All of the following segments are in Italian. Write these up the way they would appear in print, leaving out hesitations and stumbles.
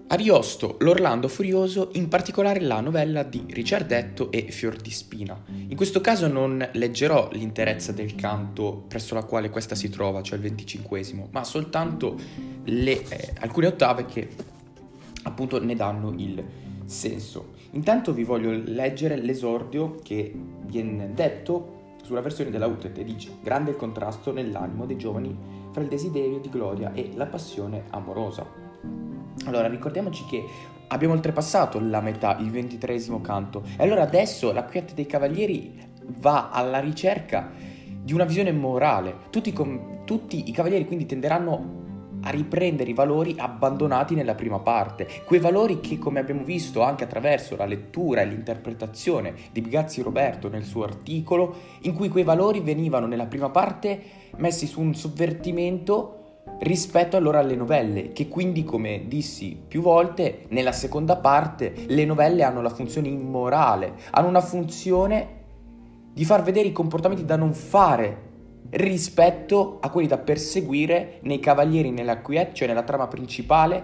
Ariosto, l'Orlando Furioso, in particolare la novella di Ricciardetto e Fiordispina. In questo caso non leggerò l'interezza del canto presso la quale questa si trova, cioè il 25esimo, ma soltanto alcune ottave che appunto ne danno il senso. Intanto vi voglio leggere l'esordio che viene detto sulla versione della Utet e dice: grande il contrasto nell'animo dei giovani fra il desiderio di gloria e la passione amorosa. Allora, ricordiamoci che abbiamo oltrepassato la metà, il 23esimo canto, e allora adesso la quiete dei cavalieri va alla ricerca di una visione morale. Tutti i cavalieri quindi tenderanno a riprendere i valori abbandonati nella prima parte, quei valori che, come abbiamo visto anche attraverso la lettura e l'interpretazione di Bigazzi Roberto nel suo articolo, in cui quei valori venivano nella prima parte messi su un sovvertimento rispetto allora alle novelle, che quindi, come dissi più volte, nella seconda parte le novelle hanno la funzione immorale, hanno una funzione di far vedere i comportamenti da non fare rispetto a quelli da perseguire nei cavalieri, nella quiete, cioè nella trama principale,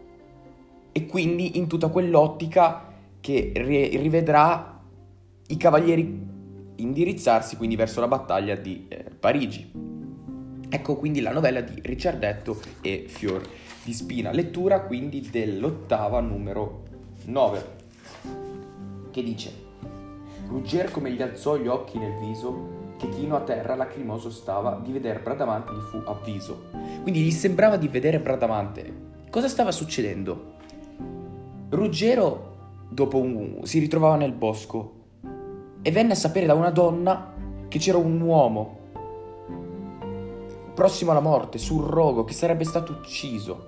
e quindi in tutta quell'ottica che rivedrà i cavalieri indirizzarsi quindi verso la battaglia di Parigi. Ecco quindi la novella di Ricciardetto e Fiordispina, lettura quindi dell'ottava numero 9, che dice: rugger come gli alzò gli occhi nel viso, che chino a terra lacrimoso stava, di veder Bradamante gli fu avviso. Quindi gli sembrava di vedere Bradamante. Cosa stava succedendo? Ruggero si ritrovava nel bosco e venne a sapere da una donna che c'era un uomo prossimo alla morte, sul rogo, che sarebbe stato ucciso.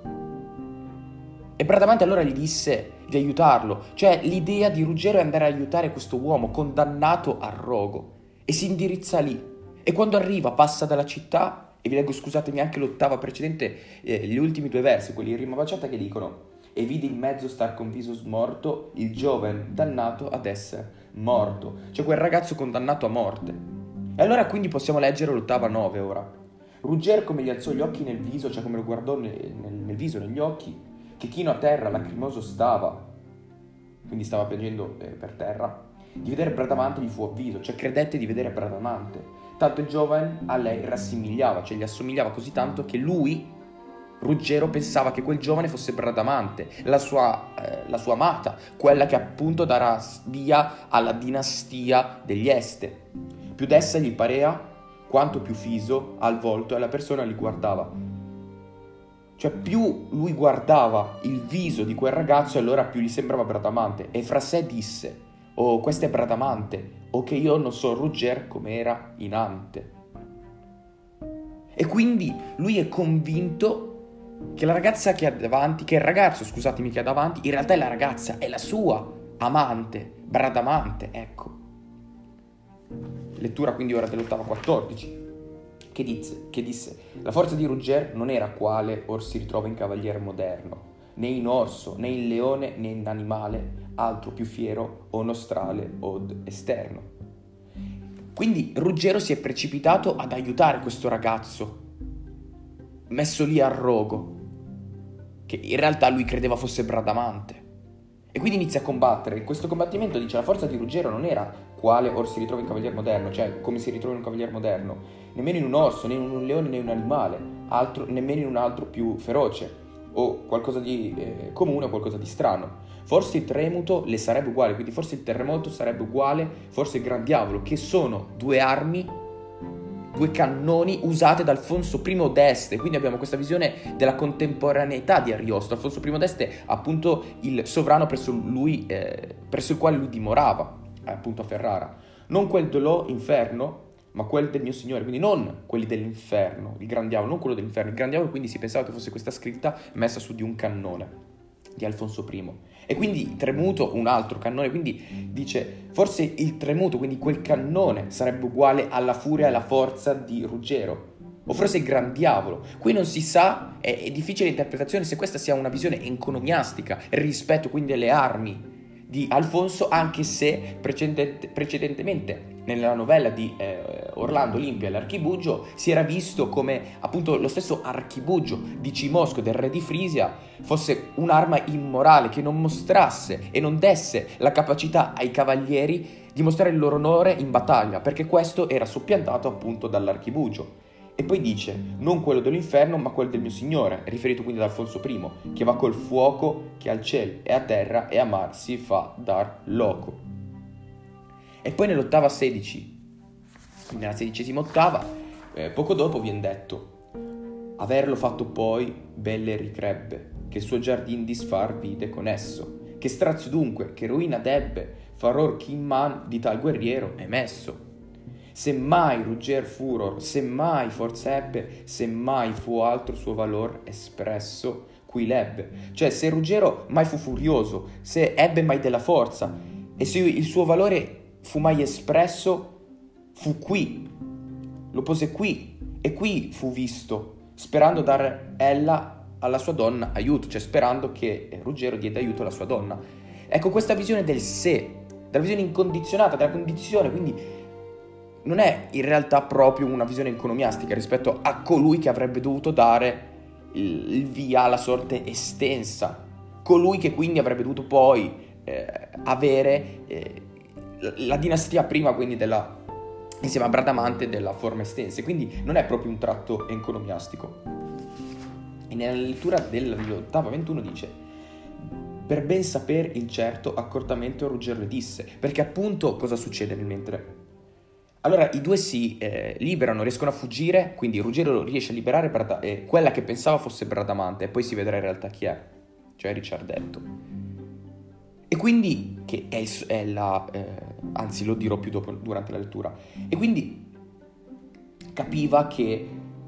E Bradamante allora gli disse di aiutarlo, cioè l'idea di Ruggero è andare a aiutare questo uomo condannato al rogo, e si indirizza lì. E quando arriva passa dalla città, e vi leggo, scusatemi, anche l'ottava precedente, gli ultimi due versi, quelli in rima baciata, che dicono: e vide in mezzo star con viso smorto il giovane dannato ad essere morto, cioè quel ragazzo condannato a morte. E allora quindi possiamo leggere l'ottava 9 ora. Rugger come gli alzò gli occhi nel viso, cioè come lo guardò nel viso, negli occhi, che chino a terra lacrimoso stava, quindi stava piangendo per terra, di vedere Bradamante gli fu avviso, cioè credette di vedere Bradamante, tanto il giovane a lei rassomigliava, cioè gli assomigliava così tanto che lui, Ruggero, pensava che quel giovane fosse Bradamante, la sua amata, quella che appunto darà via alla dinastia degli Este. Più d'essa gli parea quanto più fiso al volto e la persona li guardava. Cioè più lui guardava il viso di quel ragazzo, e allora più gli sembrava Bradamante, e fra sé disse: oh, questo è Bradamante, o che io non so Rugger come era inante. E quindi lui è convinto che la ragazza che ha davanti, che il ragazzo, scusatemi, che ha davanti, in realtà è la ragazza, è la sua amante, Bradamante, ecco. Lettura quindi ora dell'ottava 14, che disse: la forza di Rugger non era quale or si ritrova in cavaliere moderno, né in orso, né in leone, né in animale, altro più fiero o nostrale od esterno. Quindi Ruggero si è precipitato ad aiutare questo ragazzo, messo lì al rogo, che in realtà lui credeva fosse Bradamante. E quindi inizia a combattere. In questo combattimento dice: la forza di Ruggero non era quale or si ritrova in cavalier moderno, cioè come si ritrova in un cavalier moderno, nemmeno in un orso, né in un leone, né in un animale, nemmeno in un altro più feroce, o qualcosa di comune o qualcosa di strano. Forse il tremuto le sarebbe uguale, quindi forse il terremoto sarebbe uguale, forse il gran diavolo, che sono due armi, due cannoni usate da Alfonso I d'Este. Quindi abbiamo questa visione della contemporaneità di Ariosto. Alfonso I d'Este, appunto il sovrano presso il quale lui dimorava, appunto a Ferrara. Non quel dello inferno, ma quel del mio Signore, quindi non quelli dell'inferno, il gran diavolo, non quello dell'inferno. Il gran diavolo quindi si pensava che fosse questa scritta messa su di un cannone di Alfonso I. E quindi tremuto, un altro cannone, quindi dice forse il tremuto, quindi quel cannone, sarebbe uguale alla furia e alla forza di Ruggero, o forse il gran diavolo. Qui non si sa, è difficile l'interpretazione se questa sia una visione encomiastica rispetto quindi alle armi di Alfonso, anche se precedentemente nella novella di Orlando Olimpia e l'Archibugio si era visto come appunto lo stesso archibugio di Cimosco, del re di Frisia, fosse un'arma immorale che non mostrasse e non desse la capacità ai cavalieri di mostrare il loro onore in battaglia, perché questo era soppiantato appunto dall'archibugio. E poi dice, non quello dell'inferno ma quello del mio Signore, riferito quindi ad Alfonso I, che va col fuoco che al cielo e a terra e a mar si fa dar loco. E poi nell'ottava 16, nella 16ª, poco dopo viene detto, averlo fatto poi belle ricrebbe, che il suo giardin disfar vide con esso, che strazio dunque, che ruina debbe, faror chi in man di tal guerriero è messo. Se mai rugger furor, se mai forza ebbe, se mai fu altro suo valor espresso, qui l'ebbe. Cioè, se Ruggero mai fu furioso, se ebbe mai della forza, e se il suo valore fu mai espresso, fu qui, lo pose qui, e qui fu visto, sperando dare ella alla sua donna aiuto, cioè sperando che Ruggero diede aiuto alla sua donna. Ecco, questa visione del sé, della visione incondizionata, della condizione, quindi non è in realtà proprio una visione economiastica rispetto a colui che avrebbe dovuto dare il via alla sorte estensa, colui che quindi avrebbe dovuto poi avere la dinastia prima, quindi insieme a Bradamante, della forma estensa, quindi non è proprio un tratto economiastico. E nella lettura dell'ottava 21 dice, per ben saper il certo accortamente Ruggero le disse, perché appunto cosa succede nel mentre? Allora i due si liberano, riescono a fuggire, quindi Ruggero riesce a liberare quella che pensava fosse Bradamante, e poi si vedrà in realtà chi è, cioè Ricciardetto. E quindi, che è la... anzi lo dirò più dopo, durante la lettura, e quindi capiva che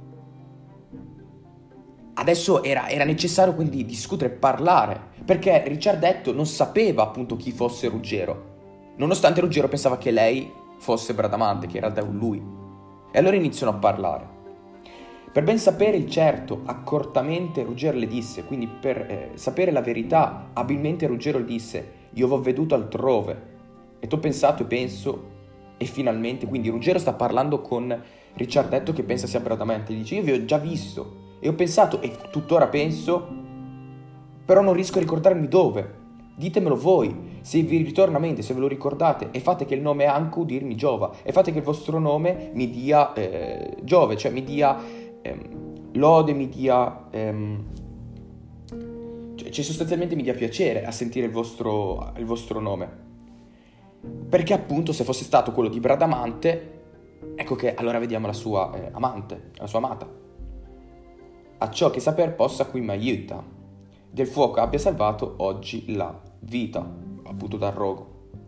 adesso era necessario quindi discutere, parlare, perché Ricciardetto non sapeva appunto chi fosse Ruggero, nonostante Ruggero pensava che lei fosse Bradamante, che in realtà è un lui. E allora iniziano a parlare. Per ben sapere il certo, accortamente Ruggero le disse, quindi per sapere la verità, abilmente Ruggero le disse, io v'ho veduto altrove, e t'ho pensato e penso, e finalmente, quindi Ruggero sta parlando con Ricciardetto che pensa sia Bradamante, gli dice, io vi ho già visto, e ho pensato, e tuttora penso, però non riesco a ricordarmi dove. Ditemelo voi, se vi ritorna a mente, se ve lo ricordate, e fate che il nome anche udirmi giova, e fate che il vostro nome mi dia giove, cioè mi dia lode, mi dia cioè sostanzialmente mi dia piacere a sentire il vostro nome, perché appunto se fosse stato quello di Bradamante, ecco che allora vediamo la sua amante, la sua amata, a ciò che saper possa qui m'aiuta, del fuoco abbia salvato oggi la vita, appunto dal rogo.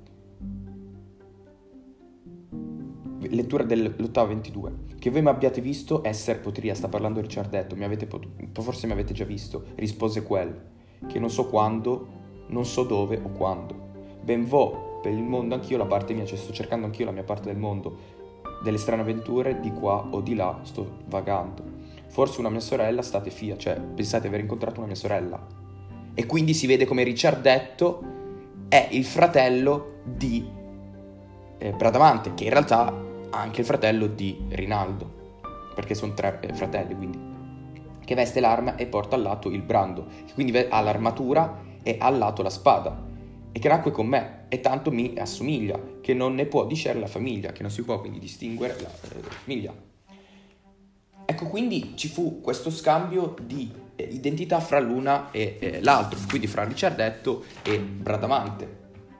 Lettura dell'ottava 22. Che voi mi abbiate visto esser potria, sta parlando Ricciardetto, forse mi avete già visto, rispose quel, che non so quando, non so dove o quando. Ben vo per il mondo anch'io la parte mia, cioè sto cercando anch'io la mia parte del mondo, delle strane avventure di qua o di là sto vagando. Forse una mia sorella state fia, cioè pensate di aver incontrato una mia sorella. E quindi si vede come Ricciardetto è il fratello di Bradamante, che in realtà ha anche il fratello di Rinaldo, perché sono tre fratelli, quindi, che veste l'arma e porta al lato il brando, che quindi ha l'armatura e al lato la spada, e che nacque con me, e tanto mi assomiglia, che non ne può discernere la famiglia, che non si può quindi distinguere la famiglia. Ecco, quindi ci fu questo scambio di identità fra l'una e l'altro, quindi fra Ricciardetto e Bradamante.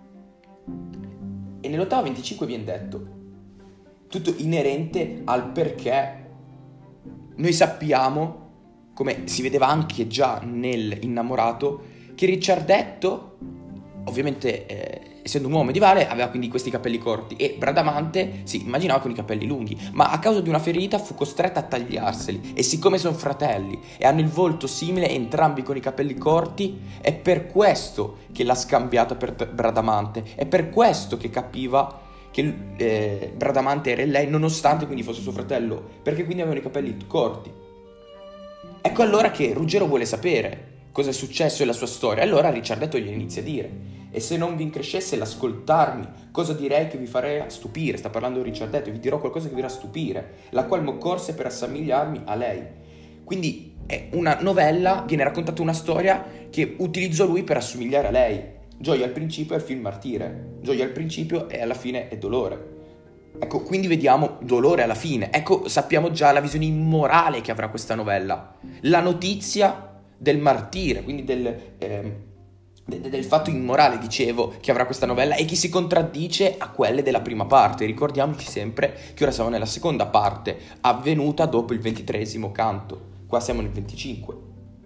E nell'ottava 25 viene detto tutto inerente al perché noi sappiamo, come si vedeva anche già nel Innamorato, che Ricciardetto, ovviamente essendo un uomo medievale, aveva quindi questi capelli corti, e Bradamante si immaginava con i capelli lunghi, ma a causa di una ferita fu costretta a tagliarseli, e siccome sono fratelli e hanno il volto simile, entrambi con i capelli corti, è per questo che l'ha scambiata per Bradamante, è per questo che capiva che Bradamante era lei, nonostante quindi fosse suo fratello, perché quindi avevano i capelli corti. Ecco allora che Ruggero vuole sapere cosa è successo e la sua storia. Allora Ricciardetto gli inizia a dire: e se non vi increscesse l'ascoltarmi, cosa direi che vi farei stupire? Sta parlando Ricciardetto: vi dirò qualcosa che vi farà stupire, la qual m'occorse per assomigliarmi a lei. Quindi è una novella, viene raccontata una storia che utilizzò lui per assomigliare a lei. Gioia al principio è il film Martire, gioia al principio e alla fine è dolore. Ecco, quindi vediamo dolore alla fine. Ecco, sappiamo già la visione immorale che avrà questa novella. La notizia del martire, quindi del fatto immorale, dicevo, che avrà questa novella e che si contraddice a quelle della prima parte. Ricordiamoci sempre che ora siamo nella seconda parte, avvenuta dopo il 23esimo canto. Qua siamo nel 25.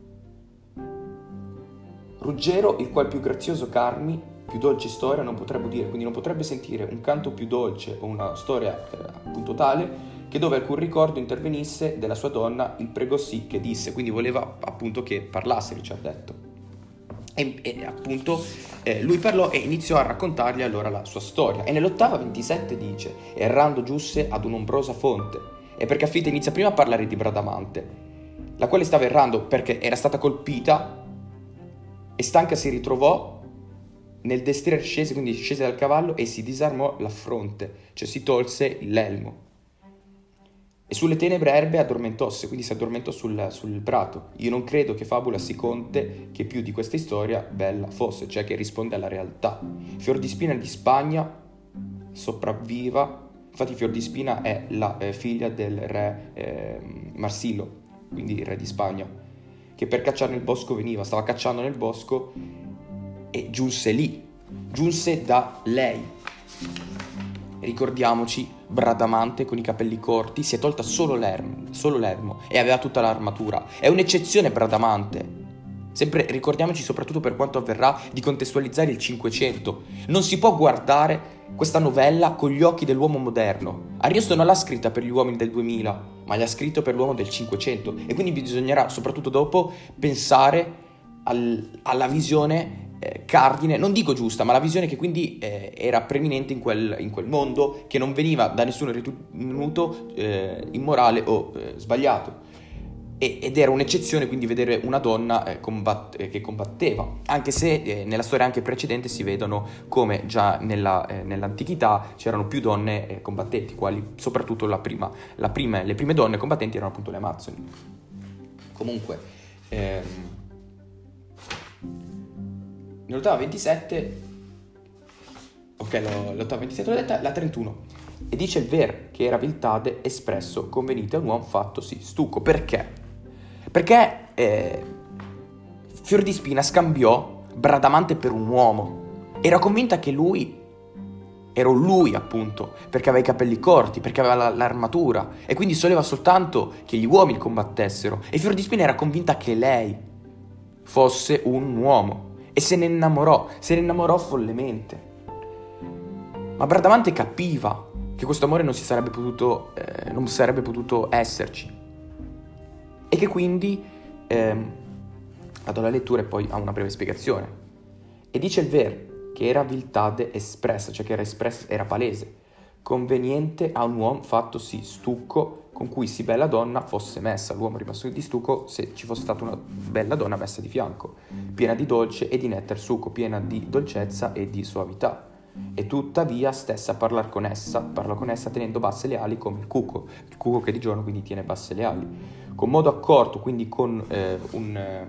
Ruggero, il qual più grazioso carmi, più dolce storia non potrebbe udire, quindi non potrebbe sentire un canto più dolce o una storia appunto tale che dove alcun ricordo intervenisse della sua donna il pregò sì che disse, quindi voleva appunto che parlasse Ricciardetto. E appunto lui parlò e iniziò a raccontargli allora la sua storia. E nell'ottava 27 dice: errando giusse ad un'ombrosa fonte. E perché Affita inizia prima a parlare di Bradamante, la quale stava errando perché era stata colpita e stanca si ritrovò nel destrier scese, quindi scese dal cavallo e si disarmò la fronte, cioè si tolse l'elmo. E sulle tenebre erbe addormentosse, quindi si addormentò sul prato. Io non credo che fabula si conte che più di questa storia bella fosse, cioè che risponde alla realtà. Fiordispina di Spagna sopravviva, infatti Fiordispina è la figlia del re Marsilio, quindi il re di Spagna, che per cacciare nel bosco veniva, stava cacciando nel bosco e giunse lì, giunse da lei. Ricordiamoci, Bradamante con i capelli corti si è tolta solo l'ermo e aveva tutta l'armatura. È un'eccezione Bradamante. Sempre ricordiamoci, soprattutto per quanto avverrà, di contestualizzare il 500. Non si può guardare questa novella con gli occhi dell'uomo moderno. Ariosto non l'ha scritta per gli uomini del 2000, ma l'ha scritto per l'uomo del 500. E quindi bisognerà, soprattutto dopo, pensare alla visione cardine, non dico giusta, ma la visione che quindi era preminente in quel mondo, che non veniva da nessuno ritenuto immorale o sbagliato. Ed era un'eccezione quindi vedere una donna che combatteva, anche se nella storia anche precedente si vedono come già nell'antichità c'erano più donne combattenti, quali soprattutto le prime donne combattenti erano appunto le Amazzoni. Comunque nell'ottava 27, ok, l'ottava 27 l'ho detta, la 31. E dice il ver che era viltade espresso, convenite a un uomo fattosi stucco. Perché? Perché Fiordispina scambiò Bradamante per un uomo. Era convinta che era lui appunto, perché aveva i capelli corti, perché aveva l'armatura, e quindi soleva soltanto che gli uomini combattessero. E Fiordispina era convinta che lei fosse un uomo. E se ne innamorò follemente. Ma Bradamante capiva che questo amore non sarebbe potuto esserci. E che quindi, vado alla lettura e poi a una breve spiegazione. E dice il ver che era viltade espressa, cioè che era palese, conveniente a un uomo fattosi stucco, con cui si bella donna fosse messa. L'uomo rimasto di stucco se ci fosse stata una bella donna messa di fianco, piena di dolce e di netter succo, piena di dolcezza e di soavità. E tuttavia stessa parlò con essa tenendo basse le ali come il cuco che di giorno quindi tiene basse le ali. Con modo accorto, quindi con un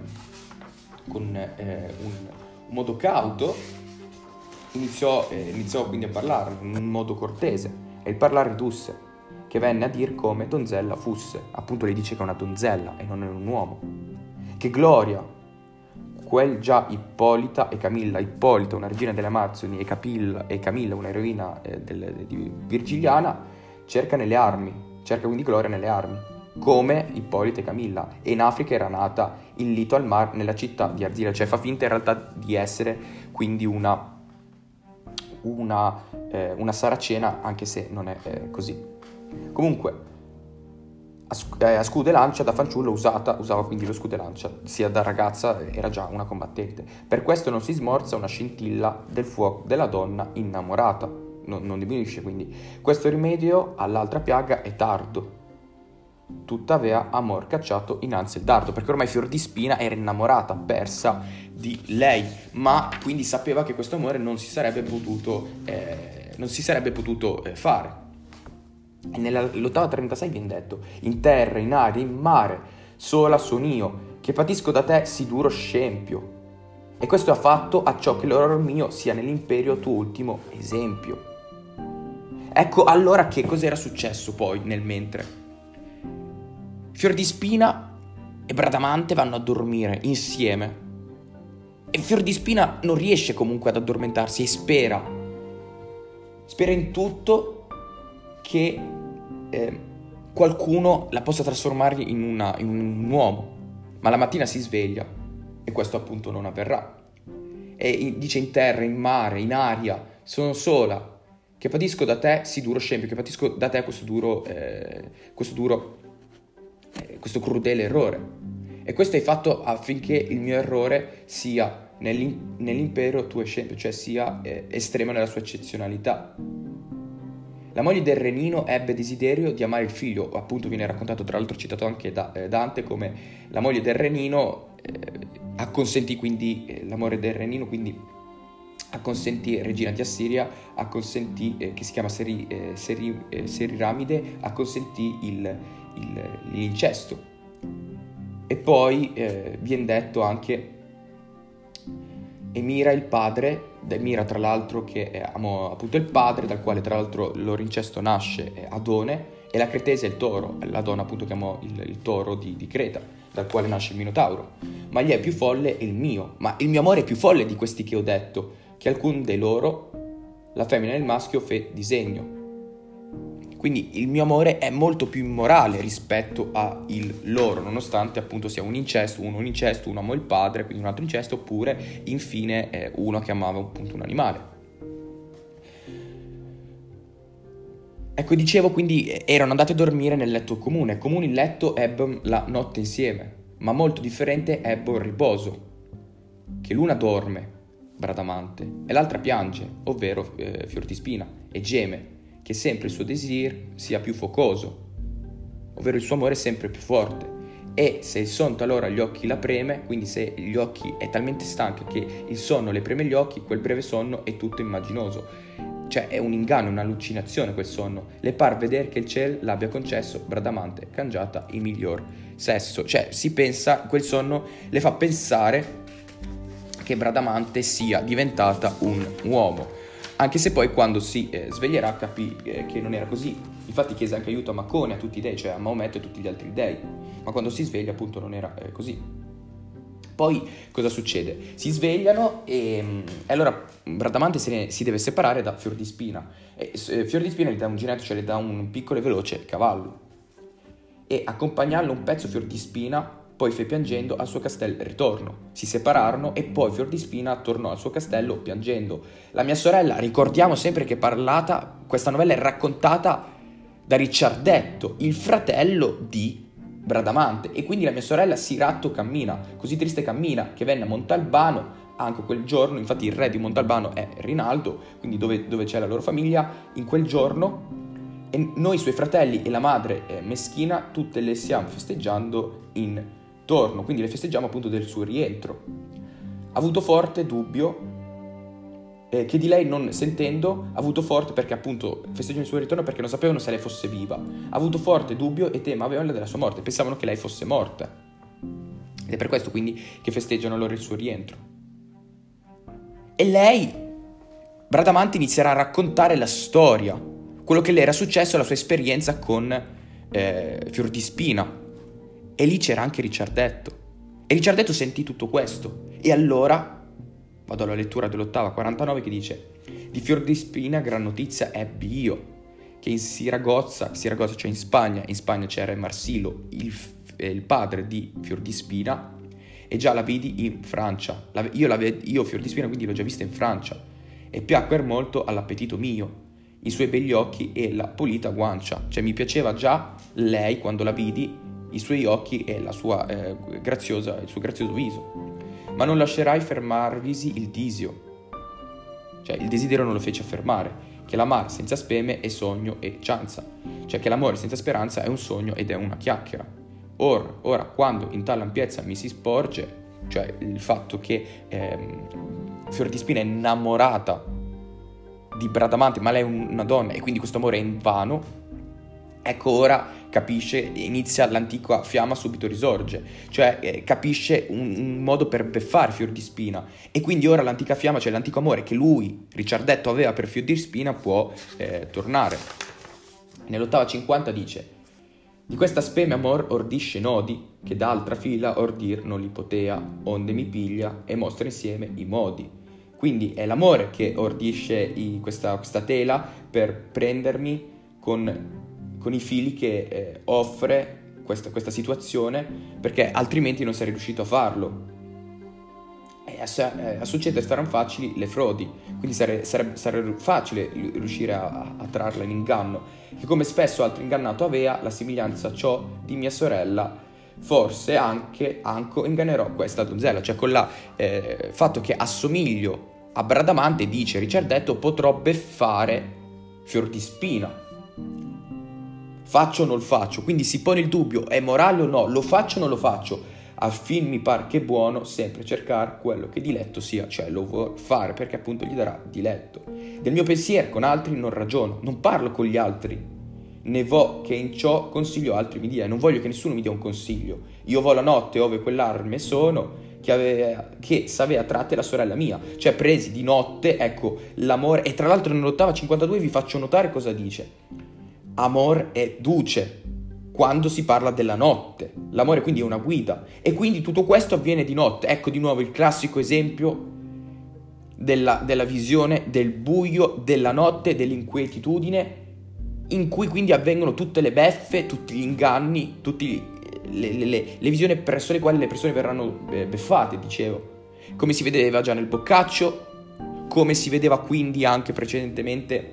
modo cauto, iniziò quindi a parlare in un modo cortese, e il parlare ridusse, che venne a dir come donzella fusse. Appunto le dice che è una donzella e non è un uomo. Che gloria quel già Ippolita e Camilla, Ippolita una regina delle Amazzoni e Camilla una eroina di Virgiliana, cerca quindi gloria nelle armi, come Ippolita e Camilla. E in Africa era nata in lito al mar nella città di Arzila, cioè fa finta in realtà di essere quindi una saracena, anche se non è così. Comunque a scudo e lancia da fanciulla usava quindi lo scudo e lancia, sia da ragazza era già una combattente. Per questo non si smorza una scintilla del fuoco della donna innamorata, non diminuisce. Quindi questo rimedio all'altra piaga è tardo, tuttavia amor cacciato innanzi il dardo, perché ormai Fiordispina era innamorata, persa di lei, ma quindi sapeva che questo amore non si sarebbe potuto fare. E nell'ottava 36 viene detto: in terra, in aria, in mare, sola son io, che patisco da te sì duro scempio. E questo ha fatto a ciò che l'orror mio sia nell'imperio tuo ultimo esempio. Ecco allora che cos'era successo poi nel mentre. Fiordispina e Bradamante vanno a dormire insieme e Fiordispina non riesce comunque ad addormentarsi e spera in tutto che qualcuno la possa trasformare in un uomo, ma la mattina si sveglia e questo appunto non avverrà. E dice: in terra, in mare, in aria, sono sola, che patisco da te sì duro scempio, che patisco da te questo crudele errore. E questo hai fatto affinché il mio errore sia nell'impero tuo scempio, cioè sia estremo nella sua eccezionalità. La moglie del Renino ebbe desiderio di amare il figlio, appunto viene raccontato, tra l'altro citato anche da Dante, come la moglie del Renino acconsentì quindi l'amore del Renino, quindi acconsentì regina di Assiria, acconsentì che si chiama Seriramide, acconsentì l'incesto. E poi viene detto anche Emira il padre, Emira tra l'altro che amò appunto il padre, dal quale tra l'altro il loro incesto nasce Adone, e la Cretese è il toro, la donna appunto che amò il toro di Creta, dal quale nasce il Minotauro. Ma gli è più folle il mio, ma il mio amore è più folle di questi che ho detto, che alcun dei loro la femmina e il maschio fe disegno. Quindi il mio amore è molto più immorale rispetto a il loro, nonostante appunto sia un incesto, uno amò il padre, quindi un altro incesto, oppure infine uno che amava appunto un animale. Ecco, dicevo, quindi erano andati a dormire nel letto comune. Comune il letto ebbero la notte insieme, ma molto differente ebbo il riposo, che l'una dorme, Bradamante, e l'altra piange, ovvero Fiordispina, e geme, che sempre il suo desir sia più focoso, ovvero il suo amore sempre più forte. E se il sonno talora gli occhi la preme, quindi se gli occhi è talmente stanca che il sonno le preme gli occhi, quel breve sonno è tutto immaginoso. Cioè è un inganno, un'allucinazione quel sonno. Le par veder che il ciel l'abbia concesso, Bradamante, cangiata il miglior sesso. Cioè si pensa, quel sonno le fa pensare che Bradamante sia diventata un uomo. Anche se poi quando si sveglierà capì che non era così. Infatti chiese anche aiuto a Macone, a tutti i dei, cioè a Maometto e a tutti gli altri dei. Ma quando si sveglia appunto non era così. Poi cosa succede? Si svegliano e allora Bradamante si deve separare da Fiordispina. E Fiordispina gli dà un giretto, cioè le dà un piccolo e veloce cavallo. E accompagnarlo un pezzo Fiordispina poi fe piangendo al suo castello ritorno. Si separarono e poi Fiordispina tornò al suo castello piangendo. La mia sorella, ricordiamo sempre che questa novella è raccontata da Ricciardetto, il fratello di Bradamante, e quindi la mia sorella si ratto cammina, così triste cammina, che venne a Montalbano anche quel giorno. Infatti il re di Montalbano è Rinaldo, quindi dove c'è la loro famiglia, in quel giorno. E noi suoi fratelli e la madre Meschina tutte le stiamo festeggiando intorno, quindi le festeggiamo appunto del suo rientro. Ha avuto forte dubbio che di lei non sentendo, ha avuto forte, perché appunto festeggiano il suo ritorno perché non sapevano se lei fosse viva, ha avuto forte dubbio e temevano della sua morte, pensavano che lei fosse morta, ed è per questo quindi che festeggiano loro il suo rientro. E lei, Bradamante, inizierà a raccontare la storia, quello che le era successo, la sua esperienza con Fiordispina. E lì c'era anche Ricciardetto. E Ricciardetto sentì tutto questo. E allora, vado alla lettura dell'ottava 49 che dice: di Fiordispina gran notizia ebbi io, che in Siragozza, cioè in Spagna c'era Marsilo, il padre di Fiordispina, e già la vidi in Francia. Io Fiordispina quindi l'ho già vista in Francia, e piacque molto all'appetito mio, i suoi begli occhi e la pulita guancia. Cioè mi piaceva già lei quando la vidi, i suoi occhi e la sua il suo grazioso viso. Ma non lascerai fermarvisi il disio, cioè il desiderio non lo fece affermare. che l'amar senza speme è sogno e cianza, cioè che l'amore senza speranza è un sogno ed è una chiacchiera. Ora, quando in tal ampiezza mi si sporge, cioè il fatto che Fiordispina è innamorata di Bradamante, ma lei è una donna e quindi questo amore è invano, ecco ora capisce, inizia l'antica fiamma subito risorge, cioè capisce un modo per beffare Fiordispina, e quindi ora l'antica fiamma, cioè l'antico amore che lui, Ricciardetto, aveva per Fiordispina può tornare. Nell'ottava 50 dice: di questa speme amor ordisce nodi, che d'altra fila ordir non li potea, onde mi piglia e mostra insieme i modi. Quindi è l'amore che ordisce questa tela per prendermi con i fili che offre questa situazione, perché altrimenti non sarei riuscito a farlo. E a succedere saranno facili le frodi, quindi sarebbe facile riuscire a trarla in inganno, che come spesso altro ingannato avea, la somiglianza ciò di mia sorella, forse anche ingannerò questa donzella, cioè con fatto che assomiglio a Bradamante, dice Ricciardetto, potrò beffare Fiordispina. Faccio o non faccio? Quindi si pone il dubbio, è morale o no? Lo faccio o non lo faccio? Al fin mi par che buono sempre cercare quello che diletto sia, cioè lo vuol fare perché appunto gli darà diletto. Del mio pensiero con altri non ragiono, non parlo con gli altri, ne vo che in ciò consiglio altri mi dia, non voglio che nessuno mi dia un consiglio. Io vo la notte ove quell'arme sono, che s'avea tratte la sorella mia, cioè presi di notte, ecco, l'amore. E tra l'altro nell'ottava 52 vi faccio notare cosa dice: amor è duce quando si parla della notte, l'amore quindi è una guida, e quindi tutto questo avviene di notte. Ecco di nuovo il classico esempio della visione del buio, della notte, dell'inquietudine, in cui quindi avvengono tutte le beffe, tutti gli inganni, tutte le visioni presso le quali le persone verranno beffate, dicevo, come si vedeva già nel Boccaccio, come si vedeva quindi anche precedentemente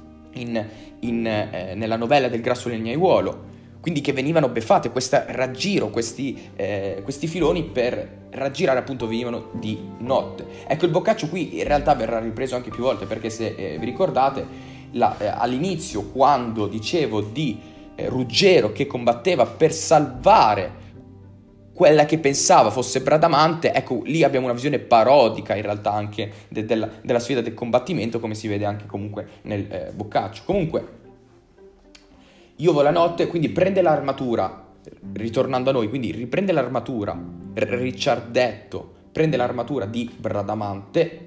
nella novella del Grasso Legnaiuolo, quindi che venivano beffate, questo raggiro, questi filoni per raggirare, appunto venivano di notte. Ecco, il Boccaccio qui in realtà verrà ripreso anche più volte, perché se vi ricordate all'inizio, quando dicevo di Ruggero che combatteva per salvare quella che pensava fosse Bradamante, ecco lì abbiamo una visione parodica in realtà anche della sfida del combattimento, come si vede anche comunque nel Boccaccio. Comunque io vo la notte, quindi prende l'armatura, ritornando a noi, quindi riprende l'armatura, Ricciardetto prende l'armatura di Bradamante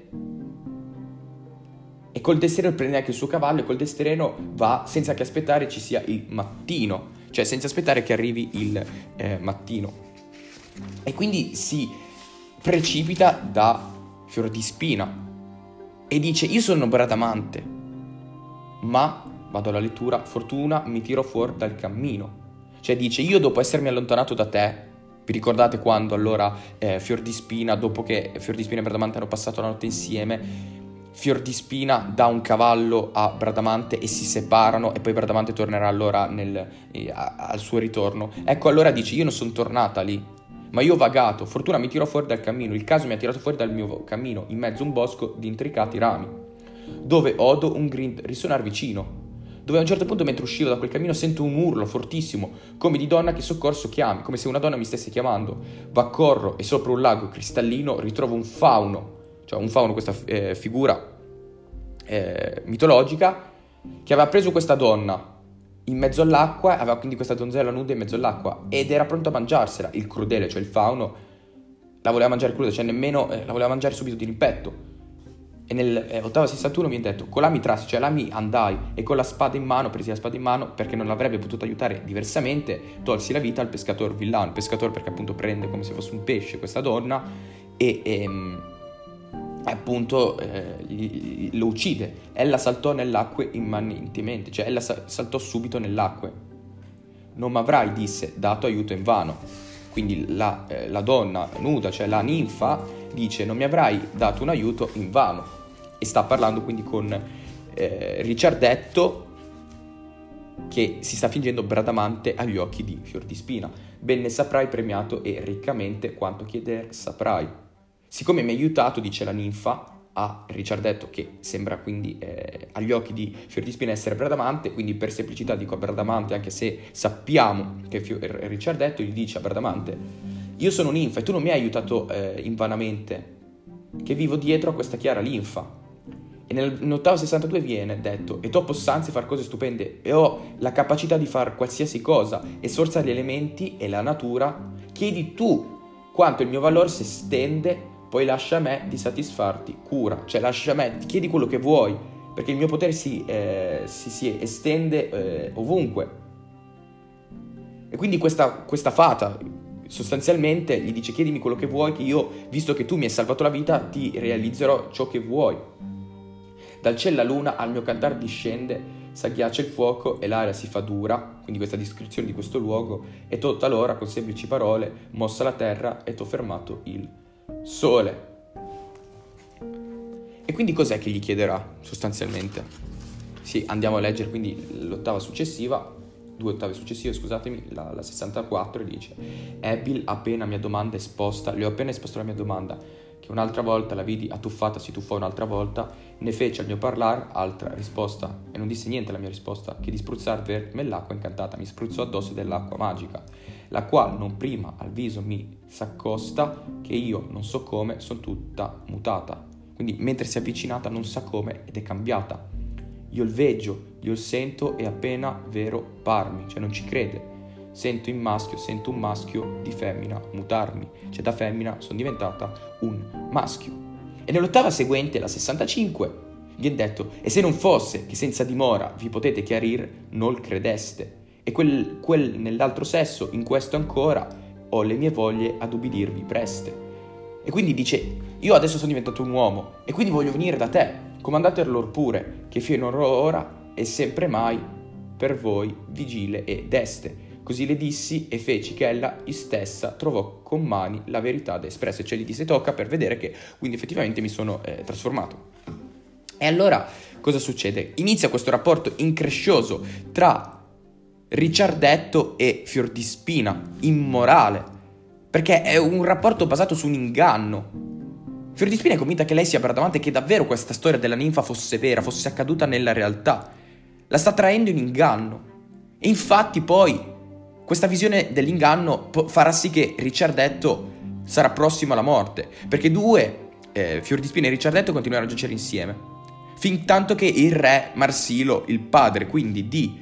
e col destriero prende anche il suo cavallo, e col destriero va senza che aspettare ci sia il mattino, cioè senza aspettare che arrivi il mattino. E quindi si precipita da Fiordispina e dice: io sono Bradamante, ma, vado alla lettura, fortuna mi tirò fuori dal cammino. Cioè dice: io dopo essermi allontanato da te, vi ricordate quando allora Fiordispina, dopo che Fiordispina e Bradamante hanno passato la notte insieme, Fiordispina dà un cavallo a Bradamante e si separano, e poi Bradamante tornerà allora al suo ritorno. Ecco, allora dice: io non sono tornata lì, ma io ho vagato, fortuna mi tirò fuori dal cammino, il caso mi ha tirato fuori dal mio cammino, in mezzo a un bosco di intricati rami, dove odo un grido risuonar vicino, dove a un certo punto, mentre uscivo da quel cammino, sento un urlo fortissimo, come di donna che soccorso chiami, come se una donna mi stesse chiamando. V'accorro e sopra un lago cristallino ritrovo un fauno, cioè un fauno, questa figura mitologica, che aveva preso questa donna in mezzo all'acqua, aveva quindi questa donzella nuda in mezzo all'acqua ed era pronto a mangiarsela. Il crudele, cioè il fauno, la voleva mangiare cruda, cioè nemmeno la voleva mangiare subito di rimpetto. E nel ottava 61 mi ha detto: con là mi trassi, cioè là mi andai, e con la spada in mano, presi la spada in mano, perché non l'avrebbe potuto aiutare diversamente, tolsi la vita al pescatore villano. Il pescatore, perché appunto prende come se fosse un pesce questa donna e appunto lo uccide. Ella saltò nell'acqua immanentemente, cioè ella saltò subito nell'acqua. Non m'avrai, disse, dato aiuto invano. Quindi la donna nuda, cioè la ninfa, dice: non mi avrai dato un aiuto invano, e sta parlando quindi con Ricciardetto, che si sta fingendo Bradamante agli occhi di Fiordispina. Ben ne saprai premiato e riccamente quanto chieder saprai. Siccome mi hai aiutato, dice la ninfa, a Ricciardetto, che sembra quindi agli occhi di Fiordispina essere Bradamante, quindi per semplicità dico a Bradamante, anche se sappiamo che Ricciardetto gli dice a Bradamante: io sono ninfa e tu non mi hai aiutato invanamente, che vivo dietro a questa chiara linfa. E nell'ottavo 62 viene detto: e tu ho possanze far cose stupende e ho la capacità di far qualsiasi cosa e sforzare gli elementi e la natura, chiedi tu quanto il mio valore si estende, poi lascia a me di satisfarti cura. Cioè lascia a me, chiedi quello che vuoi, perché il mio potere si estende ovunque. E quindi questa fata sostanzialmente gli dice: chiedimi quello che vuoi, che io, visto che tu mi hai salvato la vita, ti realizzerò ciò che vuoi. Dal cielo la luna al mio cantar discende, s'agghiaccia il fuoco e l'aria si fa dura, quindi questa descrizione di questo luogo, e tutta l'ora con semplici parole mossa la terra e t'ho fermato il sole. E quindi cos'è che gli chiederà sostanzialmente? Sì, andiamo a leggere quindi l'ottava successiva, 2 ottave successive, scusatemi, la 64, e dice: Ebbil appena mia domanda esposta, le ho appena esposto la mia domanda, che un'altra volta la vidi attuffata, si tuffò un'altra volta, ne fece al mio parlar altra risposta, e non disse niente alla mia risposta, che di spruzzar me l'acqua incantata mi spruzzò addosso dell'acqua magica, la qual non prima al viso mi s'accosta, che io non so come son tutta mutata. Quindi mentre si è avvicinata non sa come ed è cambiata. Io il veggio, io il sento e appena vero parmi, cioè non ci crede. Sento un maschio di femmina mutarmi, cioè da femmina sono diventata un maschio. E nell'ottava seguente, la 65, gli è detto: e se non fosse che senza dimora vi potete chiarir, non credeste. E quel nell'altro sesso, in questo ancora, ho le mie voglie ad ubbidirvi preste. E quindi dice: io adesso sono diventato un uomo, e quindi voglio venire da te, comandate lor pure, che fino ora e sempre mai per voi vigile e deste. Così le dissi e feci che ella stessa trovò con mani la verità da espresse, cioè gli disse tocca, per vedere che quindi effettivamente mi sono trasformato. E allora cosa succede? Inizia questo rapporto increscioso tra Ricciardetto e Fiordispina, immorale, perché è un rapporto basato su un inganno. Fiordispina è convinta che lei sia Bradamante, che davvero questa storia della ninfa fosse vera, fosse accaduta nella realtà. La sta traendo in inganno. E infatti poi questa visione dell'inganno farà sì che Ricciardetto sarà prossimo alla morte, perché Fiordispina e Ricciardetto continueranno a giacere insieme, fin tanto che il re Marsilo, il padre quindi di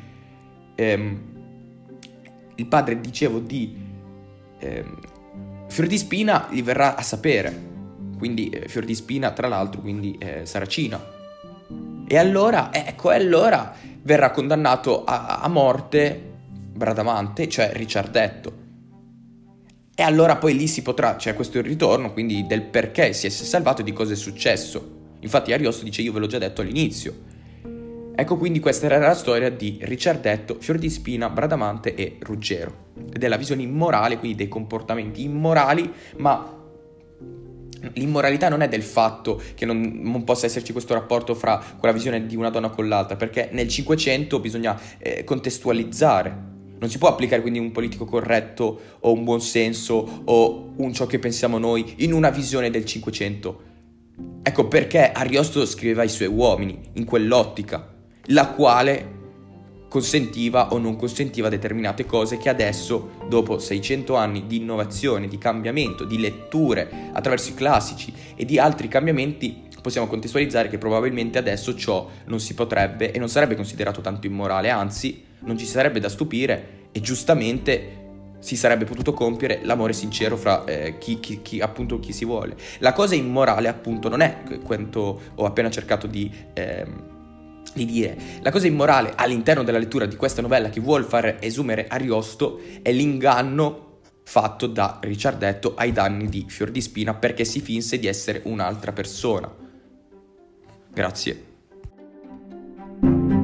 Fiordispina, gli verrà a sapere. Quindi Fiordispina, tra l'altro, quindi saracina. E allora, allora verrà condannato a morte Bradamante, cioè Ricciardetto. E allora poi lì si potrà, cioè questo è il ritorno quindi del perché si è salvato e di cosa è successo. Infatti Ariosto dice: io ve l'ho già detto all'inizio. Ecco, quindi questa era la storia di Ricciardetto, Fiordispina, Bradamante e Ruggero. Ed è la visione immorale, quindi dei comportamenti immorali, ma l'immoralità non è del fatto che non possa esserci questo rapporto fra quella visione di una donna con l'altra, perché nel Cinquecento bisogna contestualizzare. Non si può applicare quindi un politico corretto o un buon senso o un ciò che pensiamo noi in una visione del Cinquecento. Ecco perché Ariosto scriveva ai suoi uomini in quell'ottica, la quale consentiva o non consentiva determinate cose che adesso, dopo 600 anni di innovazione, di cambiamento, di letture attraverso i classici e di altri cambiamenti, possiamo contestualizzare che probabilmente adesso ciò non si potrebbe e non sarebbe considerato tanto immorale, anzi non ci sarebbe da stupire e giustamente si sarebbe potuto compiere l'amore sincero fra chi si vuole. La cosa immorale appunto non è quanto ho appena cercato di dire. La cosa immorale all'interno della lettura di questa novella che vuol far esumere Ariosto è l'inganno fatto da Ricciardetto ai danni di Fiordispina, perché si finse di essere un'altra persona. Grazie.